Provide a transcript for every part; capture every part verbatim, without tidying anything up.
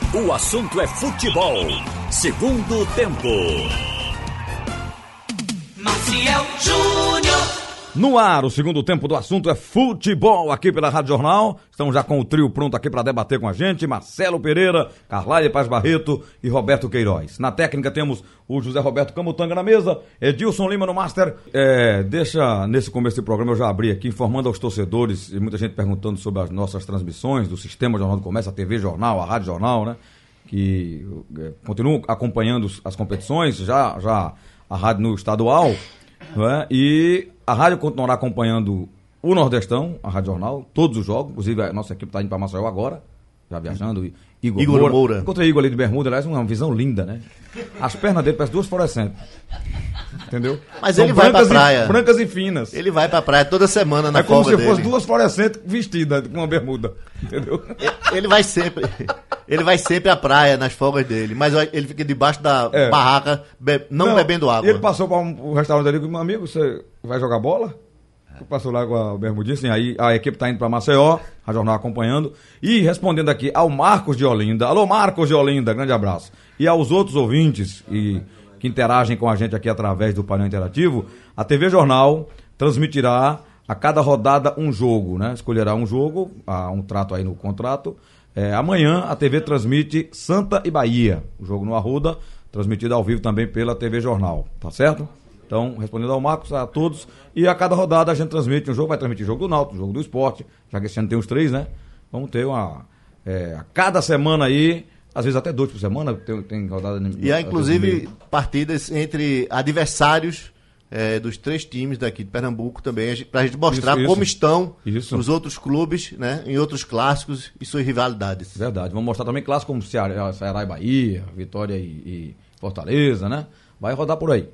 O assunto é futebol. Segundo tempo. Maciel Júnior. No ar, o segundo tempo do assunto é futebol aqui pela Rádio Jornal. Estamos já com o trio pronto aqui para debater com a gente. Marcelo Pereira, Carlyle Paz Barreto e Roberto Queiroz. Na técnica temos o José Roberto Camutanga na mesa, Edilson Lima no Master. É, deixa, nesse começo do programa eu já abri aqui informando aos torcedores e muita gente perguntando sobre as nossas transmissões do Sistema Jornal do Comércio, a T V Jornal, a Rádio Jornal, né? Que é, continuam acompanhando as competições, já, já a rádio no estadual, né? E a rádio continuará acompanhando o Nordestão, a Rádio Jornal, todos os jogos. Inclusive, a nossa equipe está indo para Maceió agora, já viajando. Igor, Igor Moura. Moura. Encontrei Igor ali de bermuda, aliás, uma visão linda, né? As pernas dele parecem duas fluorescentes. Entendeu? Mas São ele vai pra brancas praia. E, brancas e finas. Ele vai pra praia toda semana na É como folga se dele. fosse duas fluorescentes vestidas com uma bermuda. Entendeu? Ele vai sempre. Ele vai sempre à praia nas folgas dele, mas ele fica debaixo da É. barraca, be- não, não bebendo água. Ele passou para um, um restaurante ali e disse: meu amigo, você vai jogar bola? É. Passou lá com a bermudinha, assim, aí a equipe está indo para Maceió, a jornal acompanhando, e respondendo aqui ao Marcos de Olinda. Alô, Marcos de Olinda, grande abraço. E aos outros ouvintes e, que interagem com a gente aqui através do painel interativo, a T V Jornal transmitirá a cada rodada um jogo, né? Escolherá um jogo, há um trato aí no contrato. É, amanhã a T V transmite Santa e Bahia, o jogo no Arruda, transmitido ao vivo também pela T V Jornal, tá certo? Então, respondendo ao Marcos, a todos, e a cada rodada a gente transmite um jogo, vai transmitir jogo do Náutico, jogo do Sport, já que esse ano tem os três, né? Vamos ter uma, é, a cada semana aí, às vezes até dois por semana, tem, tem rodada... E há inclusive partidas entre adversários é, dos três times daqui de Pernambuco também, a gente, pra gente mostrar Isso, como isso. estão Isso. os outros clubes, né, em outros clássicos e suas rivalidades. Verdade, vamos mostrar também clássicos como Ceará, Ceará e Bahia, Vitória e, e Fortaleza, né? Vai rodar por aí.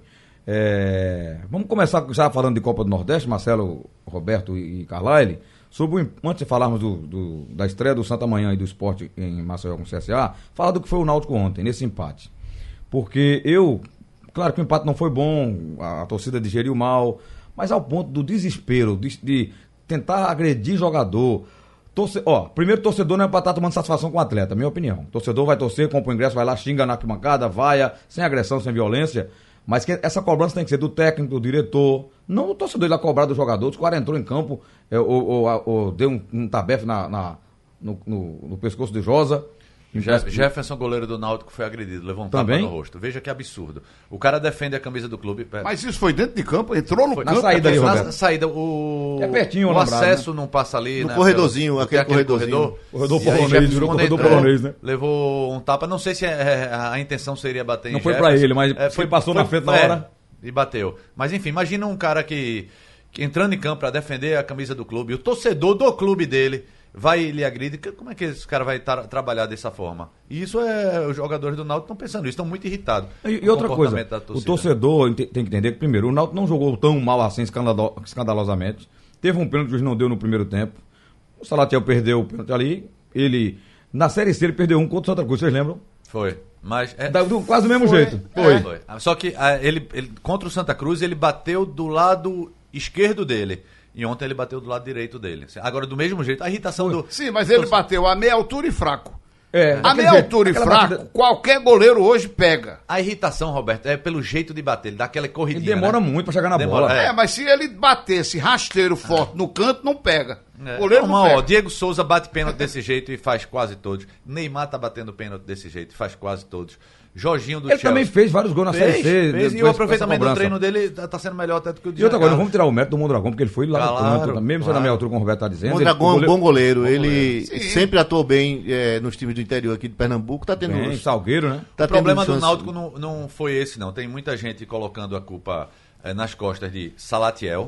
É, vamos começar já falando de Copa do Nordeste, Marcelo, Roberto e Carlyle, sobre o, antes de falarmos do, do, da estreia do Santa Manhã e do Sport em Maceió com o C S A, falar do que foi o Náutico ontem, nesse empate. Porque eu, claro que o empate não foi bom, a, a torcida digeriu mal, mas ao ponto do desespero, de, de tentar agredir jogador. Torce, ó, primeiro torcedor não é pra estar tomando satisfação com o atleta, minha opinião. Torcedor vai torcer, compra o ingresso, vai lá, xinga na arquibancada, vaia, sem agressão, sem violência. Mas que essa cobrança tem que ser do técnico, do diretor, não o torcedor ir lá cobrar do jogador. Se o cara entrou em campo é, ou, ou, ou deu um, um tabefe na, na, no, no, no pescoço de Josa. Jeff, Jefferson, goleiro do Náutico, foi agredido, levou um tapa no rosto. Veja que absurdo. O cara defende a camisa do clube. Mas isso foi dentro de campo? Entrou no foi, campo? Na saída ali, na Roberto. saída, o, É pertinho, o lembrado, acesso né? não passa ali. No né, corredorzinho, pelo, aquele corredorzinho. corredor. Corredor E aí, polonês, Jefferson, virou quando corredor entrou, polonês, né? Levou um tapa, não sei se é, é, a intenção seria bater em Não foi Jefferson. pra ele, mas É, foi, passou na frente na é, hora. E bateu. Mas enfim, imagina um cara que, que entrando em campo pra defender a camisa do clube, o torcedor do clube dele vai lhe agride. Como é que esse cara vai tra- trabalhar dessa forma? E isso é. Os jogadores do Náutico estão pensando isso, estão muito irritados. E, com e outra o coisa, comportamento da o torcida. torcedor ente- tem que entender que, primeiro, o Náutico não jogou tão mal assim, escandalo- escandalosamente. Teve um pênalti que o juiz não deu no primeiro tempo. O Salatiel perdeu o pênalti ali. Ele, na Série C, ele perdeu um contra o Santa Cruz, vocês lembram? Foi. Mas é, Da- do- quase do mesmo foi, jeito. é, foi. Só que ah, ele, ele, contra o Santa Cruz, ele bateu do lado esquerdo dele. E ontem ele bateu do lado direito dele. Agora, do mesmo jeito, a irritação do. Sim, mas ele bateu a meia altura e fraco. É, A daquele meia jeito, altura e aquela fraco, batida- qualquer goleiro hoje pega. A irritação, Roberto, é pelo jeito de bater. Ele dá aquela Ele corridinha. demora né? muito pra chegar na Demora, bola. É, mas se ele batesse rasteiro forte no canto, não pega. É, O goleiro não normal, ó, pega. Diego Souza bate pênalti desse jeito e faz quase todos. Neymar tá batendo pênalti desse jeito e faz quase todos. Jorginho do Ele Chelsea. também fez vários gols na Série Fez, C. fez, e depois o com aproveitamento essa do cobrança. treino dele tá, tá sendo melhor até do que o de E outra coisa, Giancarlo. vamos tirar o mérito do Mondragão, porque ele foi lá Claro, no canto, mesmo sendo claro. a meia altura, como o Roberto tá dizendo. O ele- Mondragão é um goleiro- bom goleiro, Bom ele goleiro. Sim. sempre atuou bem é, nos times do interior aqui de Pernambuco, tá tendo... Bem, Salgueiro, né? tá O problema tendo do chance- Náutico não, não foi esse, não. Tem muita gente colocando a culpa eh, nas costas de Salatiel,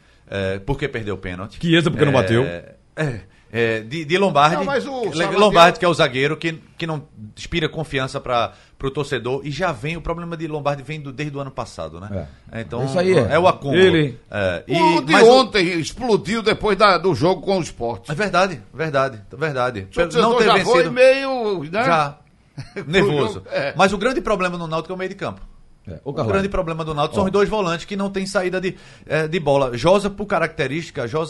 eh, porque perdeu o pênalti. Chiesa porque não bateu. É, é, de, de Lombardi, Não, mas o Le- Salatiel- Lombardi que é o zagueiro, que, que não inspira confiança para o torcedor, e já vem, o problema de Lombardi vem do, desde o ano passado, né? É. Então, Isso aí é. o acúmulo. Ele- É, e, O de mas o- ontem explodiu depois da- do jogo com o Sport. É verdade, verdade, verdade. O torcedor já foi meio... Né? Já. Nervoso. É. Mas o grande problema no Náutico é o meio de campo. É, o O Carlyle. grande problema do Náutico são os dois volantes que não tem saída de, eh, de bola. Josa, por característica, Josa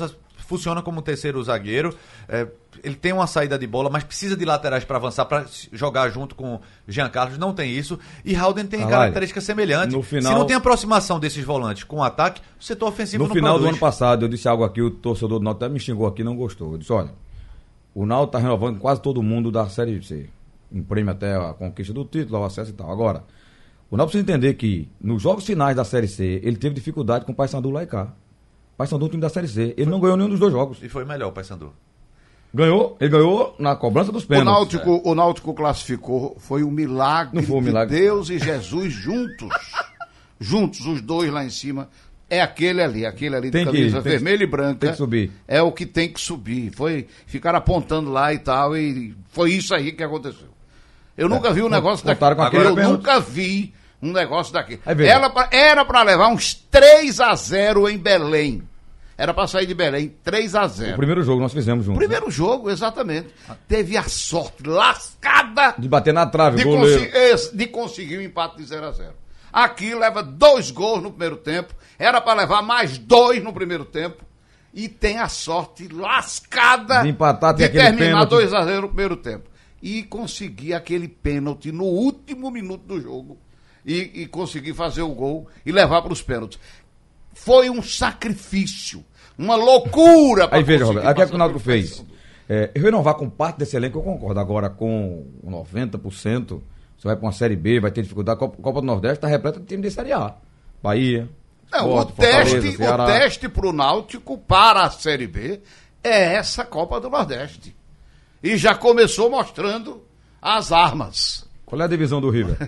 funciona como terceiro zagueiro, é, ele tem uma saída de bola, mas precisa de laterais para avançar, para jogar junto com Jean Carlos, não tem isso, e Haldane tem Ah, características semelhantes. no final- Se não tem aproximação desses volantes com o ataque, o setor ofensivo No não final do produz. ano passado, eu disse algo aqui, o torcedor do Náutico até me xingou aqui, não gostou. Eu disse, olha, o Náutico tá renovando quase todo mundo da Série C. Em prêmio até a conquista do título, o acesso e tal. Agora, o Náutico precisa entender que, nos jogos finais da Série C, ele teve dificuldade com o Paysandu lá e cá. O Paysandu é um time da Série C. Ele não ganhou nenhum dos dois jogos. E foi melhor o Paysandu. Ganhou, ele ganhou na cobrança dos O pênaltis. Náutico, o Náutico classificou, foi um milagre, Não foi um milagre. de Deus e Jesus juntos. juntos, os dois lá em cima. É aquele ali, aquele ali Tem de que- camisa tem que- vermelha e branca. tem que subir. É o que tem que subir. Foi, ficaram apontando lá e tal, e foi isso aí que aconteceu. Eu nunca vi um negócio contaram com daquele. aquele Eu pênalti. nunca vi um negócio daquele. Aí veja. Era pra, era pra levar uns três a zero em Belém. Era pra sair de Belém, três a zero. O primeiro jogo nós fizemos juntos. Primeiro jogo, exatamente. Teve a sorte lascada De bater na trave, de, o goleiro. consi- esse- de conseguir um empate de zero a zero. Aqui leva dois gols no primeiro tempo. Era para levar mais dois no primeiro tempo. E tem a sorte lascada De empatar, tem de aquele terminar pênalti. dois a zero no primeiro tempo. E conseguir aquele pênalti no último minuto do jogo. E, e conseguir fazer o gol e levar para os pênaltis. Foi um sacrifício. Uma loucura para Aí veja, conseguir Roberto, o que é que passar o Náutico pelo fez? Paysandu. É, renovar com parte desse elenco, eu concordo. Agora, com noventa por cento, você vai para uma Série B, vai ter dificuldade. A Copa, Copa do Nordeste está repleta de time de Série A. Bahia. Não, Sport, o teste, Fortaleza, Ceará. o teste pro Náutico para a Série B é essa Copa do Nordeste. E já começou mostrando as armas. Qual é a divisão do River?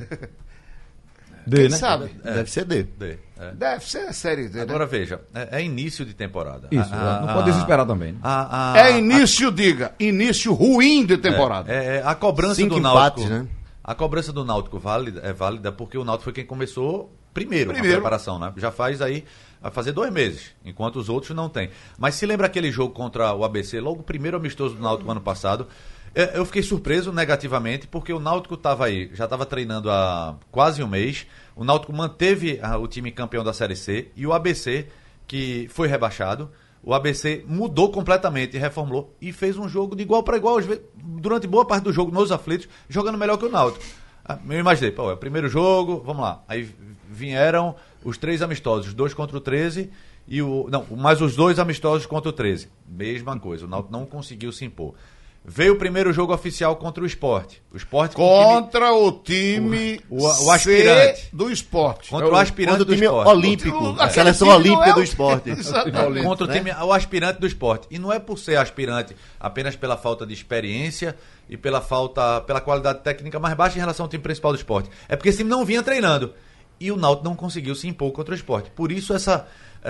D, Quem né? sabe? Deve ser D. D, é. Deve ser a Série D, né? Agora veja, é, é início de temporada. Isso, A- não a- pode desesperar também. Né? a- a- É início, diga, início ruim de temporada. É, é, a cobrança Cinco do Náutico. empates, né? A cobrança do Náutico válida, é válida porque o Náutico foi quem começou primeiro, Primeiro. a preparação, né? Já faz aí, vai fazer dois meses, enquanto os outros não têm. Mas se lembra aquele jogo contra o A B C, logo o primeiro amistoso do Náutico ano passado, é, eu fiquei surpreso negativamente porque o Náutico estava aí, já estava treinando há quase um mês, o Náutico manteve ah, o time campeão da Série C e o A B C, que foi rebaixado, o A B C mudou completamente, reformulou e fez um jogo de igual para igual, às vezes, durante boa parte do jogo nos aflitos, jogando melhor que o Náutico. Ah, Eu imaginei, pô, é o primeiro jogo, vamos lá. Aí vieram os três amistosos, os dois contra o treze e o. Não, mais os dois amistosos contra o treze. Mesma coisa, o Náutico não conseguiu se impor. Veio o primeiro jogo oficial contra o Sport. O Sport com o time- Contra o time O- o aspirante. C do esporte. contra o aspirante Contra o do time Sport. olímpico. A Aquele seleção time não olímpica é o- do esporte. Exatamente. Contra o né? time, o aspirante do esporte. E não é por ser aspirante apenas pela falta de experiência e pela falta, pela qualidade técnica mais baixa em relação ao time principal do esporte. É porque esse time não vinha treinando. E o Náutico não conseguiu se impor contra o esporte. Por isso essa,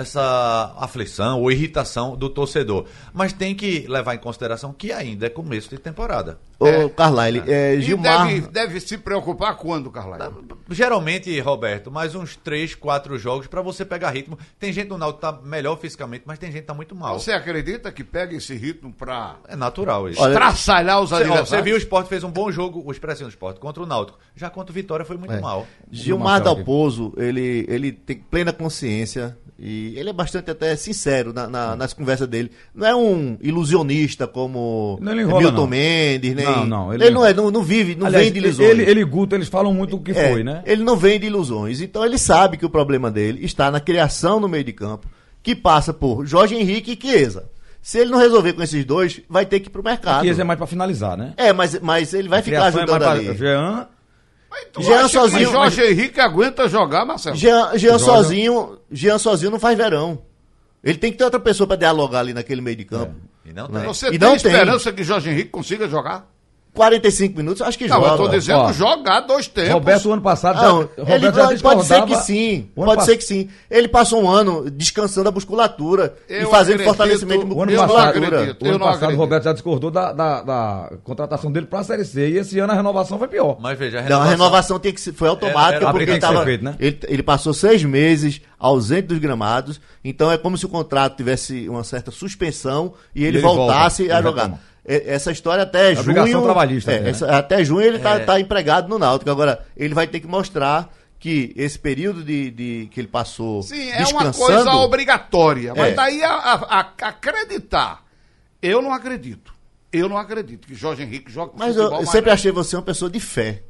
essa aflição ou irritação do torcedor. Mas tem que levar em consideração que ainda é começo de temporada. Ô, Carlyle, é, E Gilmar. deve, deve se preocupar quando, Carlyle? Geralmente, Roberto, mais uns três, quatro jogos para você pegar ritmo. Tem gente no Náutico que tá melhor fisicamente, mas tem gente que tá muito mal. Você acredita que pega esse ritmo pra É natural isso. Olha, traçalhar os Você, ó, adversários? você viu o Sport fez um bom jogo, o Expressinho do Sport, contra o Náutico. Já contra o Vitória foi muito É. mal. Gilmar Marcelo aqui. Dalpozo, ele, ele tem plena consciência e ele é bastante até sincero na- na- nas conversas dele. Não é um ilusionista como Não, ele enrola, Milton não. Mendes, nem. Não, não, ele ele não não, é, não, não vive, não Aliás, vende ilusões. Ele, ele e Guto, eles falam muito o que É, foi, né? Ele não vende ilusões. Então ele sabe que o problema dele está na criação no meio de campo, que passa por Jorge Henrique e Chiesa. Se ele não resolver com esses dois, vai ter que ir pro mercado. Chiesa é mais pra finalizar, né? É, mas, mas ele vai A ficar criação é ajudando mais ali. pra Jean, Mas tu Jean acha sozinho, que Jorge Henrique aguenta jogar, Marcelo? Jean, Jean Joga. sozinho, Jean sozinho não faz verão. Ele tem que ter outra pessoa para dialogar ali naquele meio de campo. E não Né? tem. Você E tem não tem. esperança que Jorge Henrique consiga jogar? quarenta e cinco minutos, acho que Não, joga. eu tô dizendo Ó, jogar dois tempos. Roberto, o ano passado, já, Não, Roberto ele já pode, pode ser discordava- que sim. O ano Pode pass- ser que sim. Ele passou um ano descansando a musculatura Eu e fazendo acredito- fortalecimento O ano Eu não passado, acredito. o ano eu não passado o acredito. Roberto já discordou da, da, da contratação dele pra Série C. E esse ano a renovação foi pior. Mas veja, a Não, a renovação tinha que ser, foi automática Era- era- porque tem ele, que ser tava, feito, né? ele, ele passou seis meses ausente dos gramados, então é como se o contrato tivesse uma certa suspensão e ele, ele voltasse volta, a ele jogar. retoma. E- Essa história até É junho. obrigação trabalhista é, até, né? essa- até junho ele tá, É. tá empregado no Náutico. Agora, ele vai ter que mostrar que esse período de, de que ele passou Sim, é descansando... uma coisa obrigatória. Mas É. daí a, a- a- acreditar. Eu não acredito. Eu não acredito que Jorge Henrique jogue Mas eu, futebol eu mais- sempre achei você uma pessoa de fé.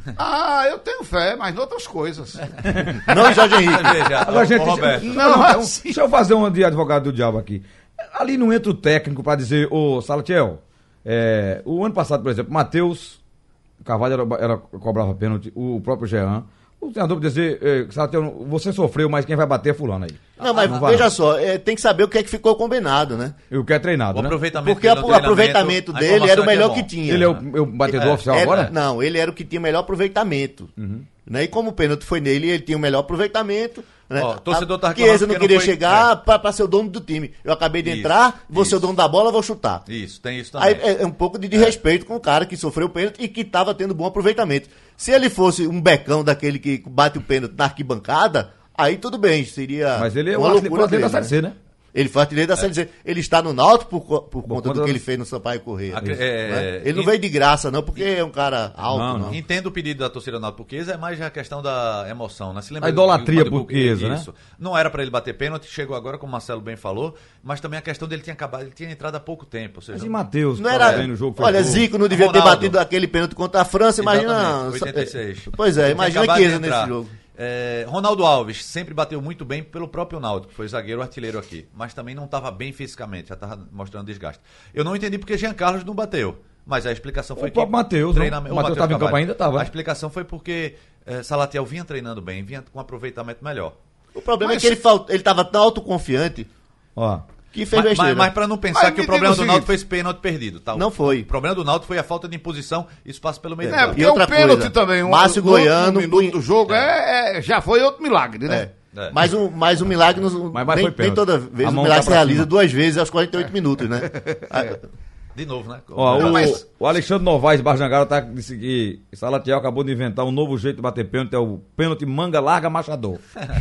Ah, eu tenho fé, mas em outras coisas. Não em Jorge Henrique. Veja, Agora, ô, gente, ô, Roberto. não, Não, não, assim- deixa eu fazer uma de advogado do diabo aqui. Ali não entra o técnico pra dizer, ô Salatiel, é, o ano passado, por exemplo, Matheus Carvalho era, era, cobrava pênalti, o próprio Jean. O treinador pra dizer, é, Salatiel, você sofreu, mas quem vai bater é fulano aí. Não, mas vai, veja não. só, é, tem que saber o que é que ficou combinado, né? Eu quero O treinado, né? aproveitamento Porque dele a- no o aproveitamento a dele era o informação é melhor bom. que tinha. Ele é o, é o batedor É, oficial Era- agora? Não, ele era o que tinha o melhor aproveitamento. Né? E como o pênalti foi nele, ele tinha o melhor aproveitamento. Né? Ó, torcedor tá a reclamando Chiesa não porque queria não foi- chegar pra, pra ser o dono do time. Eu acabei de Isso, entrar, vou ser o isso. dono da bola, vou chutar. Isso, tem isso Aí também. é, é um pouco de desrespeito com o cara que sofreu o pênalti e que estava tendo bom aproveitamento. Se ele fosse um becão daquele que bate o pênalti na arquibancada, aí tudo bem, seria Mas ele é o uma artilheiro loucura da dele, Série né? C, né? Ele foi artilheiro da Série C. Ele está no Náutico por, co- por conta conta do que das- ele fez no Sampaio Corrêa. Acre- né? é, Ele não e- veio de graça, não, porque é um cara alto, Não, não. não. Entendo o pedido da torcida náutico-portuguesa, é mais a questão da emoção, né? Se lembra A idolatria do- do- portuguesa, né? Isso. Não era pra ele bater pênalti, chegou agora, como o Marcelo bem falou, mas também a questão dele tinha acabado, ele tinha entrado há pouco tempo, ou seja, Mas e Matheus? Não que era. tava bem no jogo, fez Olha, gol? Zico não devia ter Ronaldo. batido aquele pênalti contra a França, imagina. Exatamente, oitenta e seis. Pois é, Ele tinha imagina acabado que de Chiesa entrar. nesse jogo. É, Ronaldo Alves sempre bateu muito bem pelo próprio Náutico, que foi zagueiro artilheiro aqui, mas também não estava bem fisicamente, já estava mostrando desgaste. Eu não entendi porque Jean Carlos não bateu, mas a explicação foi O próprio Matheus, treinamento- não? O Matheus estava em campo ainda, estava, A né? explicação foi porque é, Salatiel vinha treinando bem, vinha com um aproveitamento melhor. O problema Mas- é que ele, falt... ele tava tão autoconfiante Ó, que fez Mas, besteira. mas, mas para não pensar Mas que me o problema diga do o Náutico seguinte. foi esse pênalti perdido, tá? Não foi. O problema do Náutico foi a falta de imposição, isso passa pelo meio do É, campo. porque E outra o pênalti coisa, também, um, Márcio no último Goiano, minuto punha- do jogo, é. é- já foi outro milagre, né? É. É. Mas, um, mas um milagre, nos, Mas- mas nem, foi pênalti. nem toda A vez o mão milagre tá se pra realiza cima. duas vezes aos quarenta e oito minutos, né? Ah, De novo, né? ó, Não, o, mas- o Alexandre Novaes Barjangara tá, disse que Salatiel acabou de inventar um novo jeito de bater pênalti, é o pênalti manga larga machador.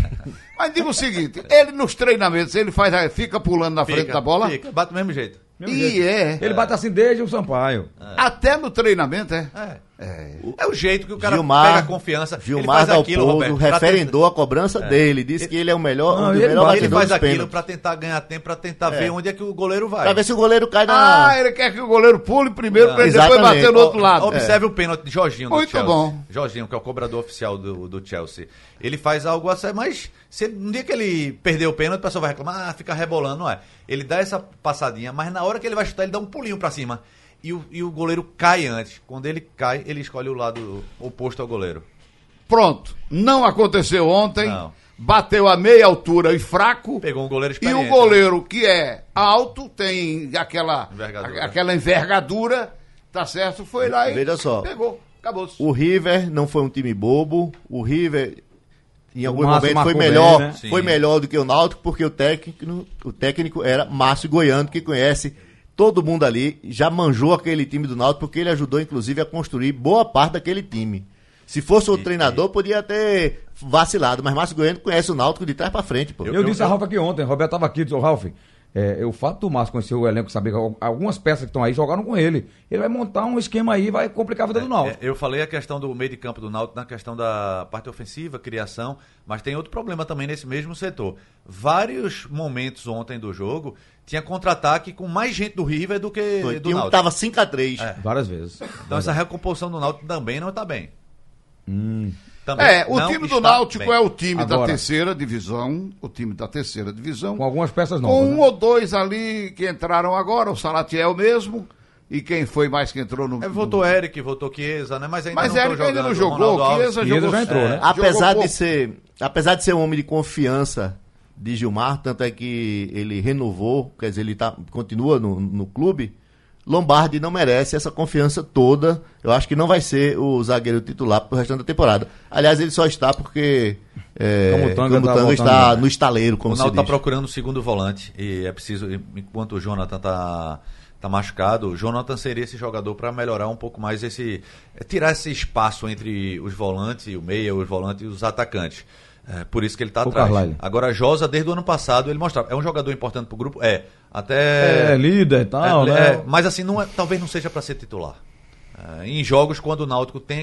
Mas diga o seguinte: ele nos treinamentos, ele faz, fica pulando na frente Fica, da bola. Fica, bate do mesmo jeito. Mesmo E jeito. é. Ele bate assim desde o Sampaio. Até no treinamento, é. É. É o jeito que o cara Gilmar, pega confiança. ele Gilmar faz aquilo, Dalpozo Roberto, pra referendou a cobrança dele, disse que ele é o melhor, Não, um dos ele melhores bate, Ele batedores faz dos aquilo pênaltis. pra tentar ganhar tempo, pra tentar ver onde é que o goleiro vai. Pra ver se o goleiro cai na... Ah, ele quer que o goleiro pule primeiro Não. pra ele depois Exatamente. bater no outro lado. Observe o pênalti de Jorginho do Muito Chelsea. bom. Jorginho, que é o cobrador oficial do, do Chelsea. Ele faz algo assim, mas se ele, no dia que ele perder o pênalti, o pessoal vai reclamar, ah, fica rebolando, não é? Ele dá essa passadinha, mas na hora que ele vai chutar, ele dá um pulinho pra cima. E o, e o goleiro cai antes. Quando ele cai, ele escolhe o lado oposto ao goleiro. Pronto. Não aconteceu ontem. Não. Bateu a meia altura e fraco. Pegou um goleiro E experiente. o goleiro que é alto, tem aquela Envergadura. a- aquela envergadura, tá certo? Foi lá e Veja só. pegou. Acabou. O River não foi um time bobo. O River, em alguns Márcio momentos, foi marcou melhor, bem, né? foi Sim. melhor do que o Náutico, porque o técnico, o técnico era Márcio Goiano, que conhece todo mundo ali, já manjou aquele time do Náutico, porque ele ajudou, inclusive, a construir boa parte daquele time. Se fosse o treinador, podia ter vacilado, mas Márcio Goiano conhece o Náutico de trás pra frente, pô. Eu, eu- disse a eu- Ralf aqui ontem, Roberto estava aqui, disse, ô Ralf, é, o fato do Márcio conhecer o elenco, saber que al- algumas peças que estão aí jogaram com ele. Ele vai montar um esquema aí e vai complicar a vida do Náutico. É, eu falei a questão do meio de campo do Náutico na questão da parte ofensiva, criação, mas tem outro problema também nesse mesmo setor. Vários momentos ontem do jogo tinha contra-ataque com mais gente do River do que Foi. do Tinha um que Náutico. tava cinco a três. É. Várias vezes. Então essa recomposição do Náutico também não está bem. Hum. Também É, o não time do está Náutico bem. é o time da Agora. terceira divisão, o time da terceira divisão, Com algumas peças novas. com um né? ou dois ali que entraram agora, o Salatiel mesmo, e quem foi mais que entrou no... É, votou Eric, votou Chiesa, né? Mas ainda Mas não estão Eric ainda não jogando. jogou, Ronaldo Alves. Chiesa Chiesa jogou... já entrou, né? Apesar jogou de pouco. ser, apesar de ser um homem de confiança de Gilmar, tanto é que ele renovou, quer dizer, ele tá, continua no, no clube, Lombardi não merece essa confiança toda. Eu acho que não vai ser o zagueiro titular pro restante da temporada. Aliás, ele só está porque é, Camutanga tá Camutanga voltando, está né? no estaleiro, O como se Náutico está diz. procurando o segundo volante e é preciso, enquanto o Jonathan está tá machucado, o Jonathan seria esse jogador para melhorar um pouco mais esse, é, tirar esse espaço entre os volantes, o meia, os volantes e os atacantes. É, por isso que ele está O atrás. Carvalho. Agora, Josa, desde o ano passado, ele mostrava. É um jogador importante pro grupo? É. Até. É, líder e tal, É, né? é, mas assim, não é, talvez não seja para ser titular. É, em jogos, quando o Náutico tem que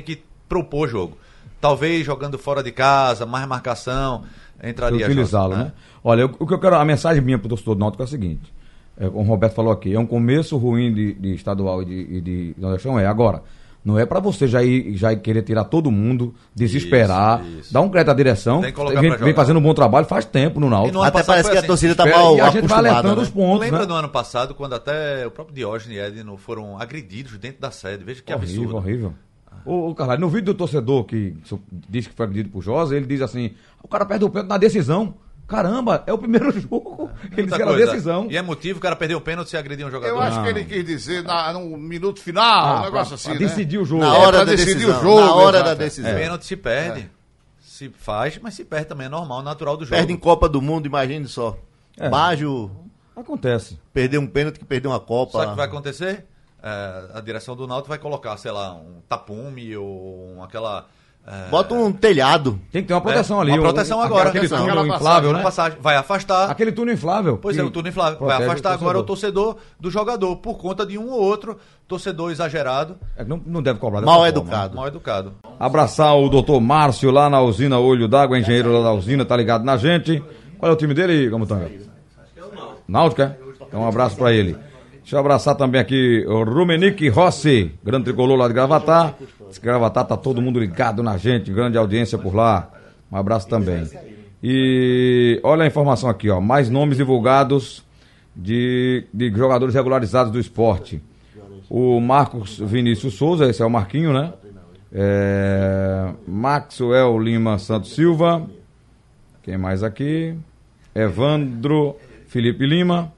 propor jogo. Talvez jogando fora de casa, mais marcação, entraria utilizá-lo, né? Olha, eu- o que eu quero, a mensagem minha pro torcedor do Náutico é a seguinte, é, como o Roberto falou aqui, é um começo ruim de, de estadual e de, e de Nordestão, é, agora, não é pra você já ir, já ir querer tirar todo mundo, desesperar, Isso, isso. dar um crédito à direção, Tem que colocar vem, pra vem jogar. fazendo um bom trabalho, faz tempo no Náutico. E no ano Até passado parece foi que a assim, torcida tá espera, mal e a gente vai acostumada, alertando né? os pontos, Lembra né? do ano passado, quando até o próprio Diógenes e Edno foram agredidos dentro da sede? Veja que Horrível, absurdo. horrível. Ô, ô Carvalho, no vídeo do torcedor que so- diz que foi agredido por Josa, ele diz assim, o cara perde o pênalti na decisão. Caramba, é o primeiro jogo. Ele disse Muita que era coisa. decisão. E é motivo o cara perdeu o pênalti se agredir um jogador. Eu acho Não. que ele quis dizer na, no minuto final, um Ah, negócio pra- assim, pra né? decidir o jogo. Na É, hora pra da decidir decisão. o jogo, na hora exato. da decisão. Pênalti se perde. Se faz, mas se perde também. É normal, natural do jogo. Perde em Copa do Mundo, imagine só. É. Baggio Acontece. perdeu um pênalti que perdeu uma Copa. Sabe o que vai acontecer? É, a direção do Náutico vai colocar, sei lá, um tapume ou um, aquela... é, Bota um telhado. Tem que ter uma proteção É, ali. uma um- proteção um- agora. Aquele Proteção. túnel Aquela inflável, uma né? passagem, vai afastar. Aquele túnel inflável. Pois que é, o turno inflável. Vai protege afastar o agora o torcedor. torcedor do jogador, por conta de um ou outro torcedor exagerado, É que não, não deve cobrar dessa Mal forma. educado. mal educado. Abraçar o doutor Márcio lá na usina Olho d'Água, engenheiro lá da usina, tá ligado na gente. Qual é o time dele, Gamutanga? Náutico, é? Então um abraço pra ele. Deixa eu abraçar também aqui o Rumenique Rossi, grande tricolor lá de Gravatá. Esse Gravatá tá todo mundo ligado na gente, grande audiência por lá. Um abraço também. E olha a informação aqui, ó. Mais nomes divulgados de, de jogadores regularizados do esporte. O Marcos Vinícius Souza, esse é o Marquinho, né? É, Maxwell Lima Santos Silva. Quem mais aqui? Evandro Felipe Lima.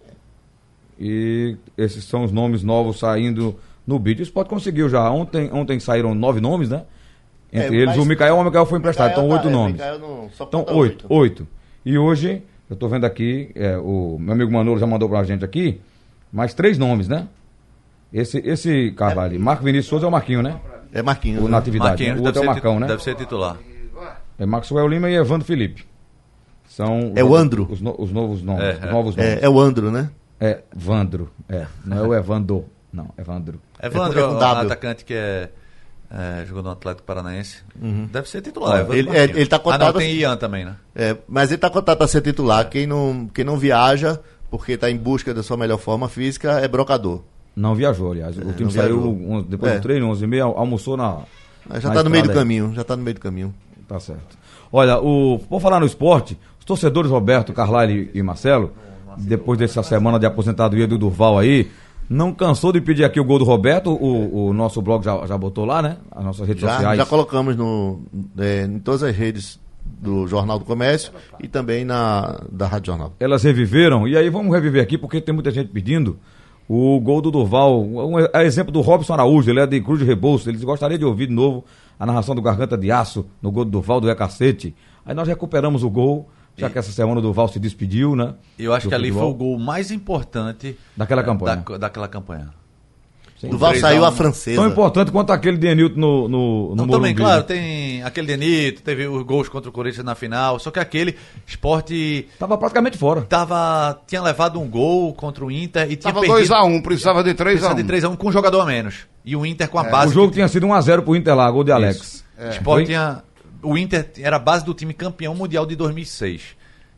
E esses são os nomes novos saindo no bid. O Sport conseguiu já. Ontem, ontem saíram nove nomes, né? Entre É, eles mas- o Mikael, o Mikael foi emprestado. Mikael Então tá- oito é, nomes. Mikael não- só Então falta oito, oito. E hoje, eu tô vendo aqui, é, o meu amigo Manolo já mandou pra gente aqui, mais três nomes, né? Esse, esse Carvalho, Marco Vinícius Souza é o Marquinho, né? É Marquinhos. O né? Natividade. Marquinhos né? O deve outro é o ser, Marcão, titu- né? deve ser titular. É Maxwell Lima e Evandro Felipe. São É o Andro. Os, no- os novos nomes. É, os é. novos nomes. É, é o Andro, né? É, Vandro. É, não é o Evandro. Não, Evandro. Evandro É é com um W. atacante que é, é, jogou no Atlético Paranaense. Deve ser titular. Evandro Ele- Marquinhos. ele tá Ah, cotado não, tem assim. Ian também, né? É, mas ele tá contado para ser titular. Quem não, quem não viaja, porque está em busca da sua melhor forma física, é brocador. Não viajou, aliás. O time não saiu viajou. um- depois É. do treino, onze e meia, almoçou na. Mas já na está no meio do estrada aí. caminho, já tá no meio do caminho. Tá certo. Olha, o, por falar no esporte, os torcedores Roberto, Carlyle e Marcelo, depois dessa semana de aposentadoria do Durval aí, não cansou de pedir aqui o gol do Roberto, o, o nosso blog já, já botou lá, né? As nossas redes Já, sociais. já colocamos no, é, em todas as redes do Jornal do Comércio e também na da Rádio Jornal. Elas reviveram, e aí vamos reviver aqui, porque tem muita gente pedindo o gol do Durval. Um é exemplo do Robson Araújo, ele é de Cruz de Rebouças, eles gostariam de ouvir de novo a narração do Garganta de Aço no gol do Durval, do É Cacete. Aí nós recuperamos o gol, já que essa semana o Durval se despediu, né? Eu acho do que ali futebol. foi o gol mais importante Daquela eh, campanha. da- daquela campanha. Sim. Duval três a saiu um. a francesa. Tão importante quanto aquele de Enilton no, no, no Não, também, Morumbi. claro, tem aquele Denito, teve os gols contra o Corinthians na final, só que aquele esporte Tava praticamente fora. tava, tinha levado um gol contra o Inter e tinha Tava perdido dois a um, precisava de três a precisava um. de três a um com um jogador a menos. E o Inter com a base. O jogo que tinha sido um a zero pro Inter lá, gol de Alex. O Sport Foi? tinha. O Inter era a base do time campeão mundial de dois mil e seis.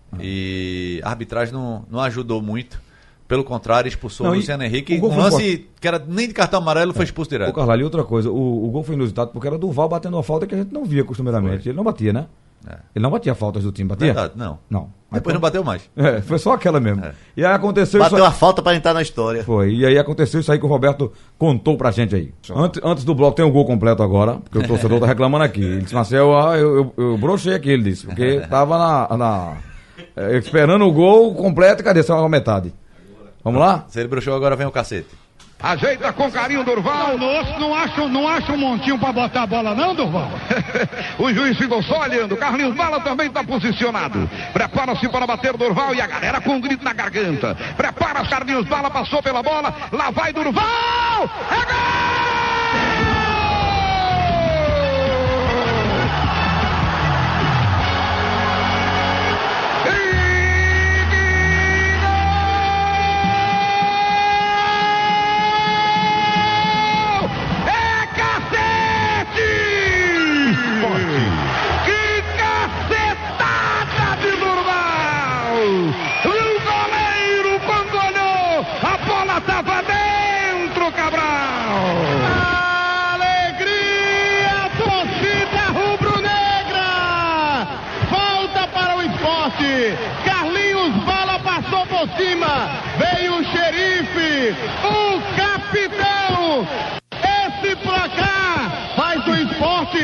E a arbitragem não, não ajudou muito. Pelo contrário, expulsou Não, o e Luciano Henrique. o gol Um foi lance que era nem de cartão amarelo foi expulso Ô, direto. Carvalho, e outra coisa, o, o gol foi inusitado porque era Duval batendo uma falta que a gente não via costumeiramente. Ele não batia, né? É. Ele não batia faltas do time, batia? Verdade, não. Não. Depois não bateu mais. É, foi só aquela mesmo. É. E aí aconteceu Bateu isso a aí. falta para entrar na história. Foi, e aí aconteceu isso aí que o Roberto contou pra gente aí. Antes, antes do bloco tem o gol completo agora, porque o torcedor tá reclamando aqui. Ele disse, Marcel, ah, eu, eu, eu brochei aqui, ele disse, porque tava na, na é, esperando o gol completo e cadê? Só a metade. Vamos lá? Se ele bruxou, agora vem o cacete. Ajeita com carinho, Durval. Não, não, acha, não acha um montinho pra botar a bola, não, Durval? O juiz ficou só olhando. Carlinhos Bala também está posicionado. Prepara-se para bater Durval e a galera com um grito na garganta. Prepara, Carlinhos Bala passou pela bola. Lá vai Durval! É gol! É cacete!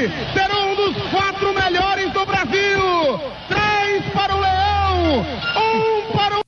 será um dos quatro melhores do Brasil. Três para o Leão, um para o...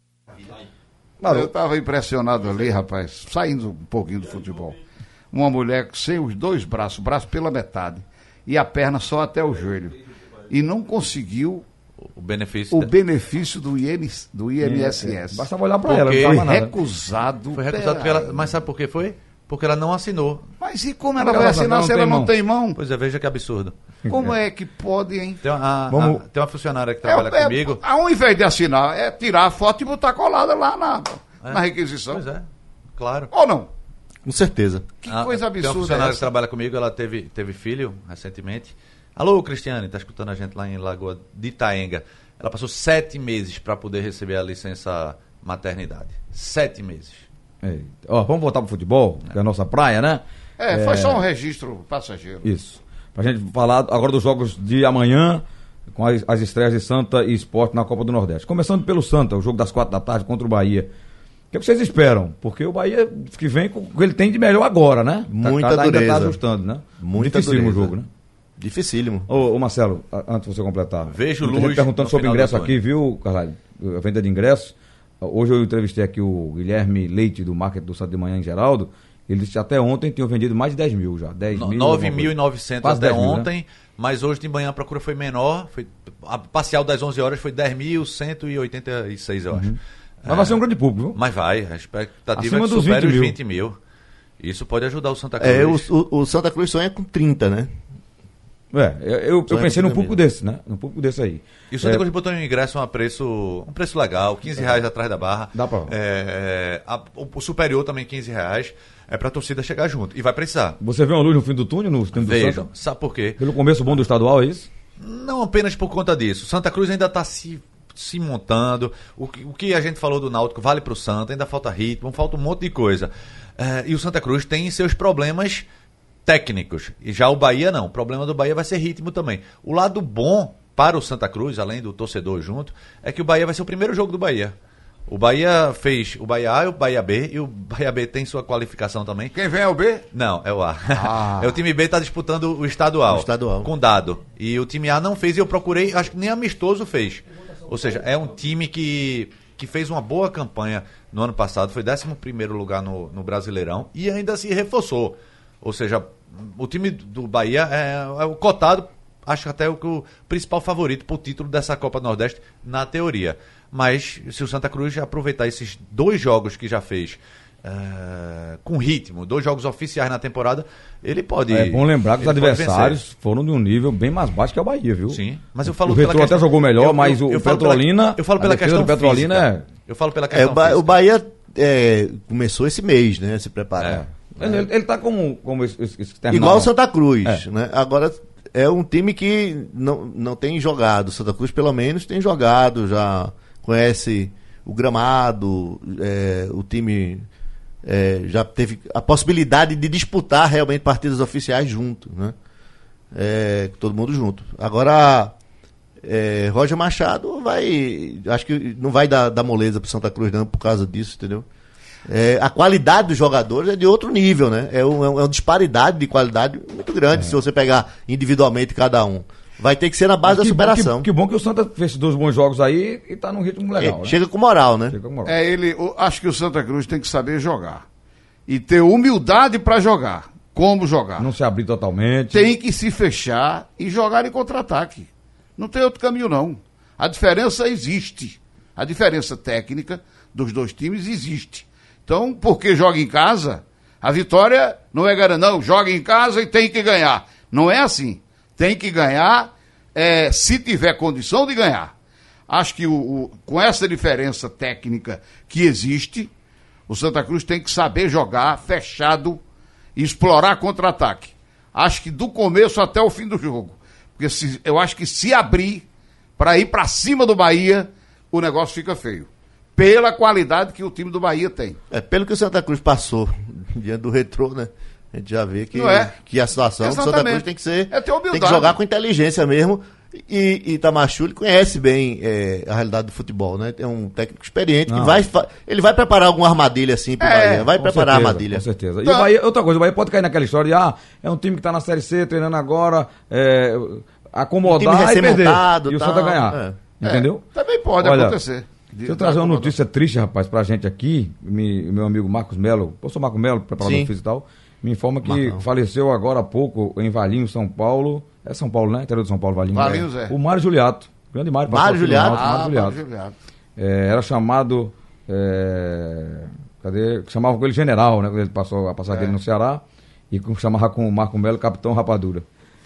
Eu estava impressionado ali, rapaz, saindo um pouquinho do futebol. Uma mulher sem os dois braços, o braço pela metade e a perna só até o joelho. E não conseguiu O benefício. o da- benefício do, I M, do I M S S. Bastava olhar pra Porque ela, não Foi tava nada. recusado. Foi recusado porque ela. Mas sabe por que foi? Porque ela não assinou. Mas e como ela Porque vai ela assinar não se tem ela não mão. tem mão? Pois é, veja que absurdo. Como é que pode, hein? Tem uma, a- Vamos- a- tem uma funcionária que trabalha É, é, comigo. Ao invés de assinar, é tirar a foto e botar colada lá na, na requisição. Pois é, claro. Ou não? Com certeza. Que Ah, coisa Tem uma absurda funcionária é que essa? trabalha comigo, ela teve, teve filho recentemente. Alô, Cristiane, tá escutando a gente lá em Lagoa de Itaenga. Ela passou sete meses para poder receber a licença maternidade. Sete meses. É. Ó, vamos voltar pro futebol, que é a nossa praia, né? É, foi só um registro passageiro. Isso. Pra gente falar agora dos jogos de amanhã, com as, as estreias de Santa e Sport na Copa do Nordeste. Começando pelo Santa, o jogo das quatro da tarde contra o Bahia. O que vocês esperam? Porque o Bahia que vem com o que ele tem de melhor agora, né? Muita tá, ainda dureza. tá ajustando, né? Muita Dificílimo o dureza. jogo, né? Dificílimo. Ô, ô, Marcelo, a- antes de você completar. Vejo Muita gente luz perguntando no sobre final do ingresso túnel. aqui, viu, Carvalho? A venda de ingressos. Hoje eu entrevistei aqui o Guilherme Leite, do Market do Santo de Manhã em Geraldo. Ele disse que até ontem tinham vendido mais de dez mil já. dez mil, nove alguma mil e coisa. novecentos Quase até dez mil, né? ontem, mas hoje de manhã a procura foi menor. Foi, a parcial das onze horas foi dez mil cento e oitenta e seis, eu acho. Mas vai ser um grande público, viu? Mas vai, a expectativa Acima é que dos supere vinte os mil. vinte mil. Isso pode ajudar o Santa Cruz. É, o, o, o Santa Cruz sonha com trinta, né? É, eu, eu, eu Só pensei é num muito público mesmo. desse, né? Num público desse aí. E o Santa É, Cruz botou um ingresso a preço, um preço legal, quinze reais atrás da barra. Dá pra- É, a- o, o superior também quinze reais. É pra torcida chegar junto. E vai precisar. Você vê uma luz no fim do túnel no time do Vejam, Santa? sabe por quê? Pelo começo bom do estadual, é isso? Não apenas por conta disso. Santa Cruz ainda está se, se montando. O que, o que a gente falou do Náutico vale para o Santa. Ainda falta ritmo, falta um monte de coisa. É, e o Santa Cruz tem seus problemas técnicos. E já o Bahia não. O problema do Bahia vai ser ritmo também. O lado bom para o Santa Cruz, além do torcedor junto, é que o Bahia vai ser o primeiro jogo do Bahia. O Bahia fez o Bahia A e o Bahia B. E o Bahia B tem sua qualificação também. Quem vem é o B? Não, é o A. Ah. É o time B está disputando o estadual. O estadual. Com dado. E o time A não fez e eu procurei, acho que nem amistoso fez. Ou seja, é um time que, que fez uma boa campanha no ano passado, foi décimo primeiro lugar no, no Brasileirão e ainda se reforçou. Ou seja, o time do Bahia é, é o cotado, acho até o, que o principal favorito para o título dessa Copa do Nordeste, na teoria. Mas se o Santa Cruz aproveitar esses dois jogos que já fez eh, com ritmo, dois jogos oficiais na temporada, ele pode. É bom lembrar que os ele pode adversários vencer. foram de um nível bem mais baixo que o Bahia, viu? Sim, mas eu falo O pela Retro até questão- jogou melhor, eu- mas eu- o eu falo pela- Petrolina. eu falo pela a defesa questão do Petrolina física. é. Eu falo pela É, questão o, ba física. o Bahia é, começou esse mês, né? Se preparar. Ele, ele, ele tá como, como esse, esse, esse terminal. Igual o Santa Cruz, É. né? Agora é um time que não, não tem jogado. O Santa Cruz, pelo menos, tem jogado, já conhece o gramado, é, o time é, já teve a possibilidade de disputar realmente partidas oficiais junto, né? É, todo mundo junto. Agora, é, Roger Machado vai. Acho que não vai dar, dar moleza pro Santa Cruz, não, por causa disso, entendeu? É, a qualidade dos jogadores é de outro nível, né? É, um, é uma disparidade de qualidade muito grande se você pegar individualmente cada um. Vai ter que ser na base da que, superação. Que, que bom que o Santa fez dois bons jogos aí e tá num ritmo legal. É, né? chega com moral, né? Chega com moral. É, ele, o- acho que o Santa Cruz tem que saber jogar. E ter humildade para jogar. Como jogar. Não se abrir totalmente. Tem que se fechar e jogar em contra-ataque. Não tem outro caminho, não. A diferença existe. A diferença técnica dos dois times existe. Então, porque joga em casa, a vitória não é garantida. Não, joga em casa e tem que ganhar. Não é assim. Tem que ganhar é, se tiver condição de ganhar. Acho que o, o- com essa diferença técnica que existe, o Santa Cruz tem que saber jogar fechado e explorar contra-ataque. Acho que do começo até o fim do jogo. Porque se- eu acho que se abrir para ir para cima do Bahia, o negócio fica feio. Pela qualidade que o time do Bahia tem. É, pelo que o Santa Cruz passou diante do Retrô, né? A gente já vê que, Não é? que a situação do Santa Exatamente. Cruz tem que ser. É ter humildade. Tem que jogar com inteligência mesmo. E, e Tamachule conhece bem é, a realidade do futebol, né? É um técnico experiente Não. que vai, fa- ele vai preparar alguma armadilha assim pro É, Bahia, vai Com preparar certeza, a armadilha. Com certeza. E Então- o Bahia, outra coisa, o Bahia pode cair naquela história de, ah, é um time que tá na Série C, treinando agora, é, Um time acomodar e perder. recém-montado, E o tal, Santa ganhar. Entendeu? É, também pode Olha, acontecer. Deixa eu trazer uma notícia triste, rapaz, pra gente aqui. Me- meu amigo Marcos Melo, professor Marcos Melo, preparador Sim. físico e tal, me informa que Marcão. faleceu agora há pouco em Valinhos, São Paulo. É São Paulo, né? Interior de São Paulo, Valinhos. Valinhos, é. O Mário Juliato. Grande Mário. Mário passou aqui no Juliato? Náutico, Mário Ah, Juliato. Mário Juliato. É, era chamado. É, cadê? Chamavam com ele general, né? Quando ele passou a passagem É. dele no Ceará. E com- chamava com o Marco Melo Capitão Rapadura.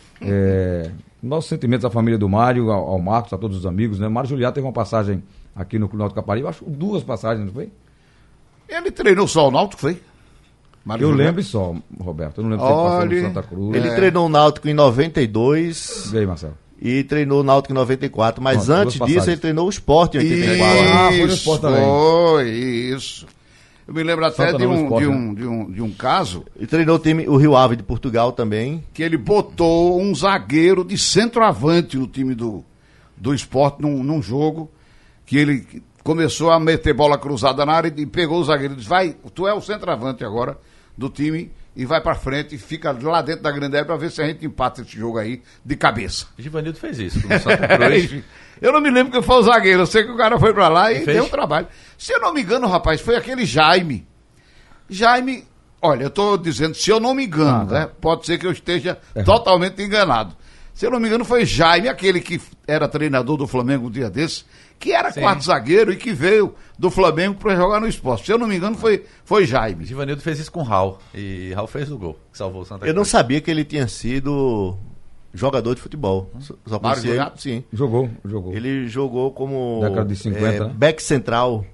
É, nossos sentimentos à família do Mário, ao, ao Marcos, a todos os amigos, né? Mário Juliato teve uma passagem aqui no Clube Náutico Caparibe, acho duas passagens, não foi? Ele treinou só o Náutico, foi? Mário Eu Juliato? lembro só, Roberto. Eu não lembro se ele passou Olha, no Santa Cruz. Ele É. treinou o Náutico em noventa e dois E aí, Marcelo? e treinou o Náutico em noventa e quatro, mas Pronto, antes duas disso passagens. ele treinou o Sport em oitenta e quatro. Ah, foi no Isso, Sport também. foi, isso. Eu me lembro até Santa de não, no um, Sport, de, né? um, de, um, de um caso E treinou o time, o Rio Ave de Portugal também. que ele botou um zagueiro de centroavante no time do, do Sport num, num jogo que ele começou a meter bola cruzada na área e pegou o zagueiro e disse, vai, tu é o centroavante agora do time e vai pra frente e fica lá dentro da grande área pra ver se a gente empata esse jogo aí de cabeça. Givanildo fez isso no Santa Cruz. Eu não me lembro quem foi o zagueiro, eu sei que o cara foi pra lá e E fez? deu um trabalho. Se eu não me engano, rapaz, foi aquele Jaime. Jaime, olha, eu tô dizendo, se eu não me engano, Ah, tá. né? Pode ser que eu esteja totalmente enganado. Se eu não me engano, foi Jaime, aquele que era treinador do Flamengo um dia desses, que era Sim. quarto zagueiro e que veio do Flamengo pra jogar no Esporte. Se eu não me engano, foi, foi Jaime. Givanildo fez isso com o Raul. E Raul fez o gol, que salvou o Santa Cruz. Eu não sabia que ele tinha sido jogador de futebol. Só só Mário conhecia ele, Juliato? sim. Jogou, jogou. Ele jogou como Década de cinquenta, é, né? back central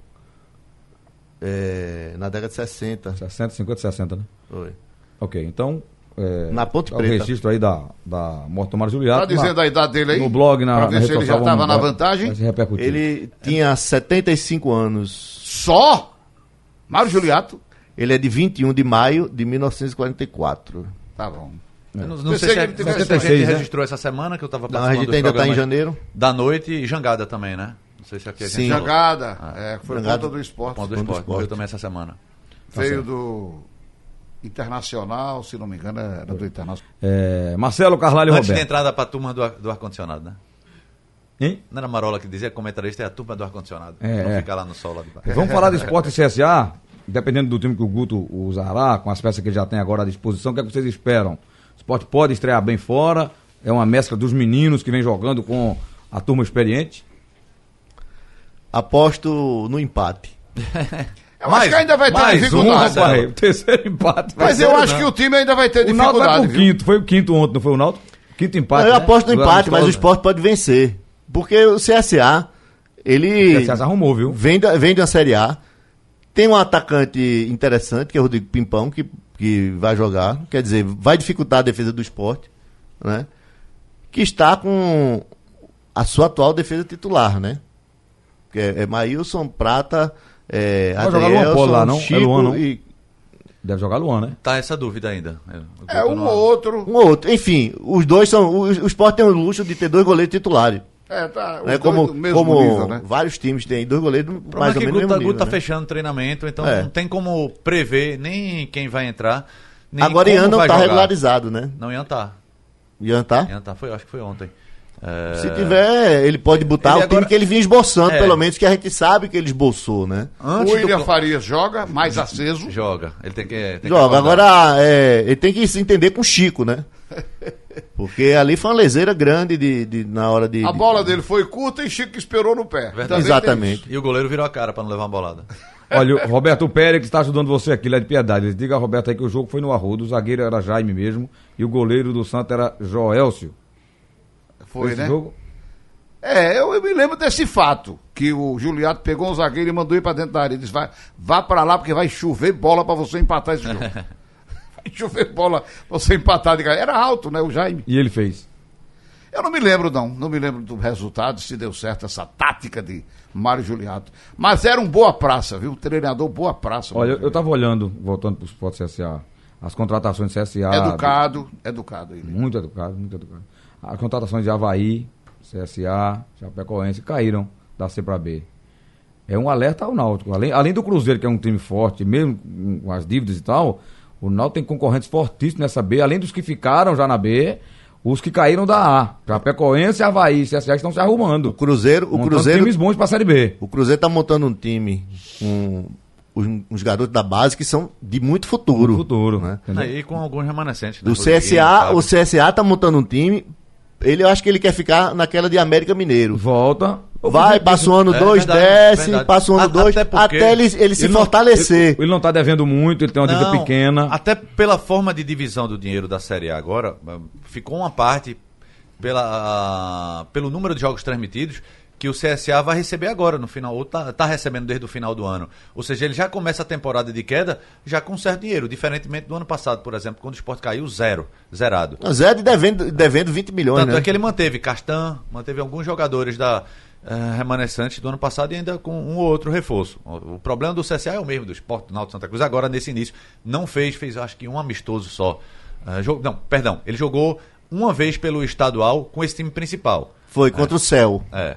é, na década de sessenta. sessenta, cinquenta, sessenta, né? Foi. Ok, então. É, Na Ponte é o Preta. registro aí da, da morte do Mário Juliato. Tá dizendo na- a idade dele aí? No blog, na, Pra na ver se rede ele já social, tava vamos- na vai- vantagem. vai se repercutir. Ele tinha setenta e cinco anos. Só? Mário Juliato? Ele é de vinte e um de maio de mil novecentos e quarenta e quatro. Tá bom. Eu não, não Pensei sei se, que a, ele tivesse não sei se a setenta e seis, gente né? registrou essa semana, que eu estava Não, a participando gente dos ainda está em programas janeiro. da noite e Jangada também, né? Não sei se aqui a gente Sim. falou. Jangada, Ah. é, que foi Jangada. ponta do esporte. Ponto do Ponto do esporte, esporte. morreu também essa semana. Veio certo. do Internacional, se não me engano, era do Internacional. É, Marcelo, Carlalho e Antes de Roberto. entrada para a turma do, ar- do ar-condicionado, né? Hein? Não era Marola que dizia, comentarista é a turma do ar-condicionado. É, não é. ficar lá no sol lá de baixo. Vamos falar do Sport e C S A, dependendo do time que o Guto usará, com as peças que ele já tem agora à disposição, o que é que vocês esperam? O Sport pode estrear bem fora, é uma mescla dos meninos que vem jogando com a turma experiente. Aposto no empate. Eu acho que ainda vai ter mais um, dificuldade. rapaz. rapaz, o terceiro empate. vai Mas ser, eu acho não. que o time ainda vai ter O Náutico vai dificuldade. pro viu? quinto, foi o quinto ontem, não foi o Náutico? Quinto empate, eu né? aposto no Do empate, mas o amistoso. Sport pode vencer. Porque o C S A, ele O C S A arrumou, viu? vem, da, vem de uma Série A. Tem um atacante interessante, que é o Rodrigo Pimpão, que, que vai jogar. Quer dizer, vai dificultar a defesa do Sport, né? Que está com a sua atual defesa titular, né? Que é, é Maílson, Prata, é, Vai jogar Luan Polo lá, não? É Chico Luan, não? e Deve jogar Luan, né? Tá essa dúvida ainda. Eu- eu É tô um numa- ou outro. um outro. Enfim, os dois são... O, o Sport tem o luxo de ter dois goleiros titulares. É, tá. os Né? dois Como, do mesmo como nível, né? vários times têm dois goleiros O problema mais é ou que o menos Guto, no tá, mesmo Guto tá nível, né? fechando o treinamento, então É. não tem como prever nem quem vai entrar, nem Agora como Ian não vai tá jogar. regularizado, né? Não, Ian tá. Ian tá? Ian tá, foi, acho que foi ontem. É, Se tiver, ele pode botar Ele o time agora- que ele vinha esboçando, É. pelo menos que a gente sabe que ele esboçou, né? Antes o do William cl- Farias joga, mais aceso. Joga. Ele tem que. Tem que Joga. acordar. Agora, é, ele tem que se entender com o Chico, né? Porque ali foi uma leseira grande de, de- na hora de. A de- bola dele foi curta e Chico esperou no pé. Verdade. Também Exatamente. E o goleiro virou a cara pra não levar uma bolada. Olha, o Roberto Pérez está ajudando você aqui, ele é de Piedade. Diga a Roberto aí que o jogo foi no Arruda, o zagueiro era Jaime mesmo, e o goleiro do Santa era Joelcio. tem- Foi, Esse né? jogo? É, eu, eu me lembro desse fato, que o Juliato pegou um zagueiro e mandou ir pra dentro da área. Ele disse, vai, vá pra lá porque vai chover bola pra você empatar esse jogo. Vai chover bola pra você empatar. de cara. Era alto, né, o Jaime? E ele fez. Eu não me lembro, não. Não me lembro do resultado, se deu certo essa tática de Mário Juliato. Mas era um boa praça, viu? Treinador boa praça. Olha, Mário eu estava olhando, voltando para o Sport C S A, as contratações do C S A. Juliato. Educado, educado ele. Muito educado, muito educado. As contratações de Avaí, C S A, Chapecoense, caíram da C para B. É um alerta ao Náutico. Além, além do Cruzeiro, que é um time forte, mesmo com as dívidas e tal, o Náutico tem concorrentes fortíssimos nessa B, além dos que ficaram já na B, os que caíram da A. Chapecoense, Avaí, C S A estão se arrumando. O Cruzeiro, o Montando Cruzeiro, times bons para a Série B. o Cruzeiro tá montando um time com os, os garotos da base que são de muito futuro. No futuro. Né? Entendeu? Aí com alguns remanescentes. né? O C S A, Rodriguinho, o sabe? C S A tá montando um time. Ele, eu acho que ele quer ficar naquela de América Mineiro. Volta. Vai, passa o ano É, dois, verdade, desce, verdade. passa o ano A- dois, até até, porque ele, ele se Ele não- fortalecer. Ele, ele não está devendo muito, ele tem uma dívida Não, pequena. Até pela forma de divisão do dinheiro da Série A agora, ficou uma parte pela, pelo número de jogos transmitidos que o C S A vai receber agora no final, ou tá, tá recebendo desde o final do ano. Ou seja, ele já começa a temporada de queda já com certo dinheiro, diferentemente do ano passado, por exemplo, quando o Sport caiu zero, zerado. Zé de devendo, devendo vinte milhões, Tanto né? é que ele manteve Castan, manteve alguns jogadores da eh, remanescentes do ano passado e ainda com um ou outro reforço. O, o problema do C S A é o mesmo do Sport do Náutico Santa Cruz. Agora, nesse início, não fez, fez acho que um amistoso só. Eh, jog... Não, perdão, ele jogou uma vez pelo estadual com esse time principal. Foi contra o Céu. É.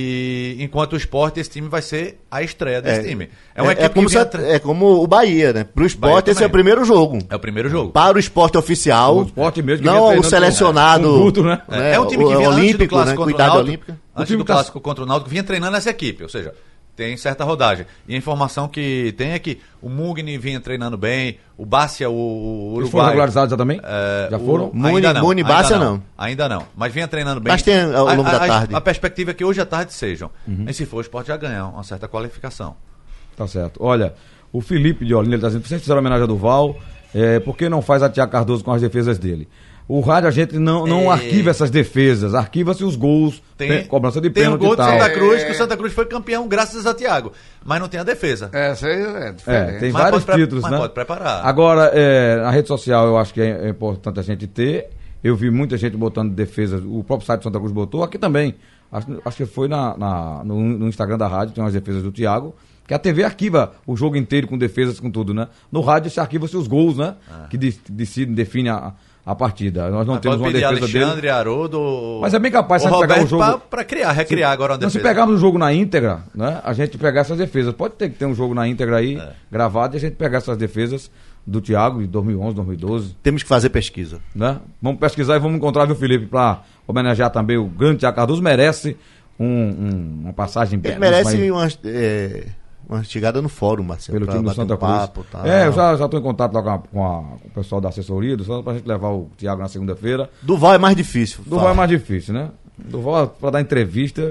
E enquanto o Sport, esse time vai ser a estreia desse time. É É, uma é equipe como que vinha se- tra- é como o Bahia, né? Pro esporte, esse é o também. primeiro jogo. É o primeiro jogo. Para o esporte oficial, O Sport mesmo que vinha não o treinando selecionado, com- com o Guto, né? É, é um time que o- vinha antes do olímpico, clássico né? contra o Cuidado Náutico, olímpico. O antes time do tá- clássico contra o Náutico, vinha treinando essa equipe, ou seja, tem certa rodagem. E a informação que tem é que o Mugni vinha treinando bem, o Bácia, o, o Eles foram Uruguai... regularizados já também? é, já o- foram? Muni- ainda não, Muni ainda Bácia, não. Ainda não, mas vinha treinando bem. Mas tem ao longo a, da a- tarde. A perspectiva é que hoje à tarde sejam. E se for, o Sport já ganhar uma certa qualificação. Tá certo. Olha, o Felipe de Olinda, ele tá dizendo, vocês fizeram homenagem a Duval, é, por que não faz a Tiago Cardoso com as defesas dele? O rádio, a gente não, não É. arquiva essas defesas, arquiva-se os gols, pe- cobrança de tem o pênalti gol e de tal. Santa Cruz, É. que o Santa Cruz foi campeão graças a Thiago, mas não tem a defesa. Essa aí é É, diferente. tem Mas vários pode pre- títulos, mas né? pode preparar. Agora, é, na rede social eu acho que é, é importante a gente ter. Eu vi muita gente botando defesas, o próprio site do Santa Cruz botou, aqui também. Acho, acho que foi na, na- no, no Instagram da rádio, tem umas defesas do Thiago, que a T V arquiva o jogo inteiro com defesas, com tudo, né? No rádio se arquiva-se os gols, né? Que de- decidem, definem a, a partida. Nós não Mas temos pode uma pedir defesa dele. Alexandre, Haroldo... Mas é bem capaz, se o a gente pegar Roberto o jogo- pra, pra criar, recriar agora uma Não, se defesa. pegarmos o jogo na íntegra, né? A gente pegar essas defesas. Pode ter que ter um jogo na íntegra aí, É. gravado, e a gente pegar essas defesas do Thiago de dois mil e onze, dois mil e doze. Temos que fazer pesquisa. Né? Vamos pesquisar e vamos encontrar, viu, Felipe, para homenagear também o grande Thiago Cardoso. Merece um- um- uma passagem Ele bem- merece mais- uma, é, uma chegada no fórum, Marcelo. pelo pra time do bater um Santa Cruz. papo, tal. É, eu já estou em contato lá com, a- com a- com o pessoal da assessoria do Santa para a gente levar o Thiago na segunda-feira. Duval é mais difícil. Duval fala. é mais difícil, né? Duval, para dar entrevista,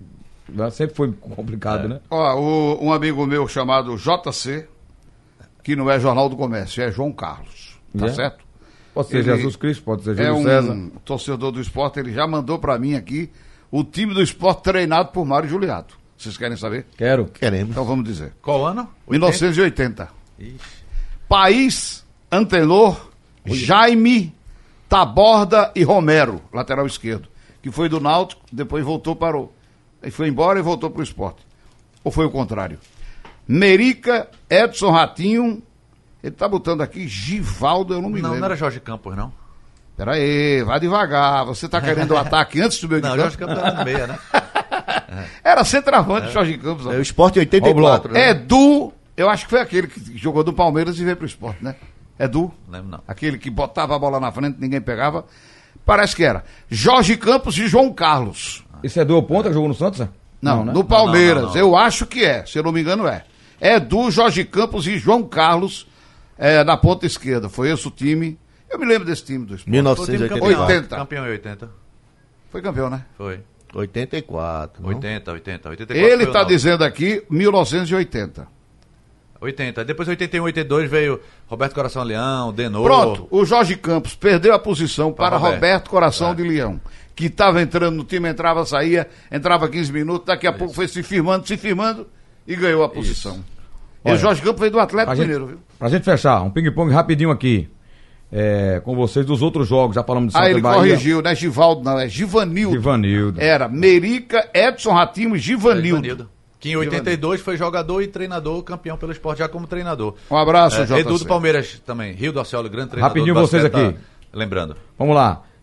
né, sempre foi complicado, né? Ó, o- um amigo meu chamado J C, que não é Jornal do Comércio, é João Carlos. Tá É? certo? Pode ser Ele Jesus Cristo, pode ser É Júlio um César. torcedor do esporte, ele já mandou pra mim aqui o time do esporte treinado por Mário Juliato. Vocês querem saber? Quero. Queremos. Então vamos dizer. Qual ano? mil novecentos e oitenta. Ixi. País, Antenor, Jaime, Taborda e Romero, lateral esquerdo. Que foi do Náutico, depois voltou para o... Aí foi embora e voltou para o esporte. Ou foi o contrário? Merica, Edson Ratinho, ele tá botando aqui Givaldo, eu não me Não, lembro. não era Jorge Campos, não? Pera aí, vai devagar. Você tá querendo o ataque antes do meu de Não, campo? Jorge Campos era no meia, né? Era centroavante, Jorge Campos. É o Sport oitenta e quatro. Ó, o né? Edu, eu acho que foi aquele que jogou do Palmeiras e veio pro esporte, né? Edu, Não lembro, não. aquele que botava a bola na frente, ninguém pegava. Parece que era. Jorge Campos e João Carlos. Esse é do Ponta que jogou no Santos? é? Não, né? no Palmeiras. Não, não, não. Eu acho que é, se eu não me engano é. Edu, Jorge Campos e João Carlos é, na ponta esquerda. Foi esse o time. Eu me lembro desse time do esporte. mil Foi o novecentos e time oitenta e campeão. quatro. oitenta. Campeão em oitenta. Foi campeão, né? Foi. oitenta e quatro. não? oitenta, oitenta, oitenta e quatro. Ele foi o está Náutico. dizendo aqui mil novecentos e oitenta. oitenta. Depois oitenta e um, oitenta e dois veio Roberto Coração Leão, Denô. Pronto, o Jorge Campos perdeu a posição Pra para Roberto. Roberto, Coração É. de Leão, que estava entrando no time, entrava, saía, entrava quinze minutos, daqui a pouco foi se firmando, se firmando e ganhou a posição. E Olha, o Jorge Campos veio do Atlético Pra gente, Mineiro, viu? pra gente fechar, um ping-pong rapidinho aqui. É, com vocês dos outros jogos, já falamos de Santa Ah, ele Bahia. corrigiu, não é Givaldo, não, é Givanildo. Givanildo. Era Merica, Edson Ratinho e Givanildo. Ivanildo. Que em oitenta e dois foi jogador e treinador, campeão pelo esporte já como treinador. Um abraço, É, J C. Edu do Palmeiras também. Rio do Aciolo, grande treinador. Rapidinho do vocês basquete, aqui. tá lembrando. Vamos lá.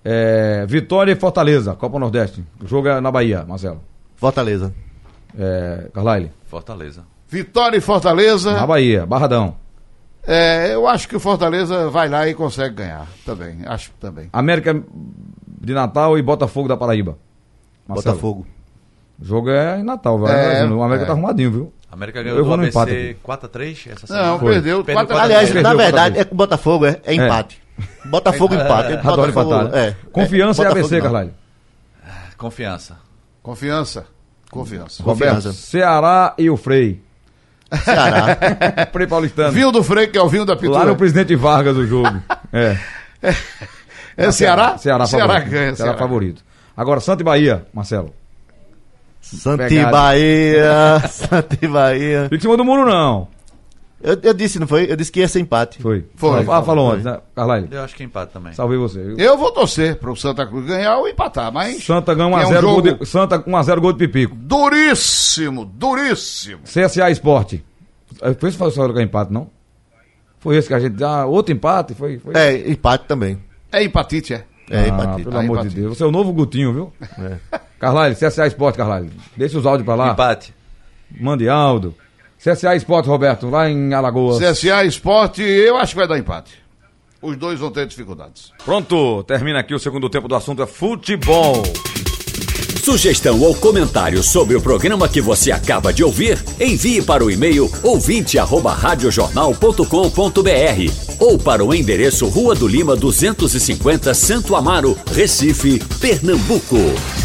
É, Vitória e Fortaleza, Copa Nordeste. O jogo é na Bahia, Marcelo. Fortaleza. É, Carlyle. Fortaleza. Vitória e Fortaleza. Na Bahia, Barradão. É, eu acho que o Fortaleza vai lá e consegue ganhar. Também, acho também. América de Natal e Botafogo da Paraíba. Marcelo. Botafogo. O jogo é em Natal, vai. É, o América é. tá arrumadinho, viu? A América Eu ganhou do vou no A B empate C aqui. quatro a três essa Não, semana. perdeu. Perdeu quatro a quatro a Aliás, três. Perdeu na verdade, Fortaleza. é com o Botafogo, é, é empate. Botafogo empate. Adoro Botafogo, empatar, né? é. Confiança É, e A B C, Botafogo não. Carlyle. Confiança. Confiança. Confiança. Roberto, Confiança. Ceará e o Frei. Ceará. Frei Paulistano. Vinho do Frei, que é o vinho da Lá pintura. no Presidente Vargas o jogo. É. É Ceará? Ceará, Ceará favorito. ganha. Ceará favorito. Agora, Santa e Bahia, Marcelo. Santa e Pegada. Bahia. Santa e Bahia. Fica em cima do muro, não. Eu, eu disse, não foi? Eu disse que ia ser empate. Foi. Foi. Ah, falou Foi. antes, né? Carlyle, Eu acho que empate também. salvei você. viu? Eu vou torcer pro Santa Cruz ganhar ou empatar, mas... Santa ganha é um um a zero, jogo gol de, Santa um a zero gol de Pipico. duríssimo, duríssimo. C S A Esporte. Foi esse que falou que é empate, não? Foi esse que a gente... Ah, outro empate? Foi... foi... É, empate também. É empatite, é? É, Ah, empate. pelo Ah, amor de empate. Deus. Você é o novo Gutinho, viu? É. Carlyle, C S A Esporte, Carlyle. Deixa os áudios pra lá. Empate. Mande Aldo. C S A Esporte, Roberto, lá em Alagoas. C S A Esporte, eu acho que vai dar empate. Os dois vão ter dificuldades. Pronto, termina aqui o segundo tempo do assunto é futebol. Sugestão ou comentário sobre o programa que você acaba de ouvir, envie para o e-mail ouvinte arroba radiojornal ponto com ponto br ou para o endereço Rua do Lima duzentos e cinquenta, Santo Amaro, Recife, Pernambuco.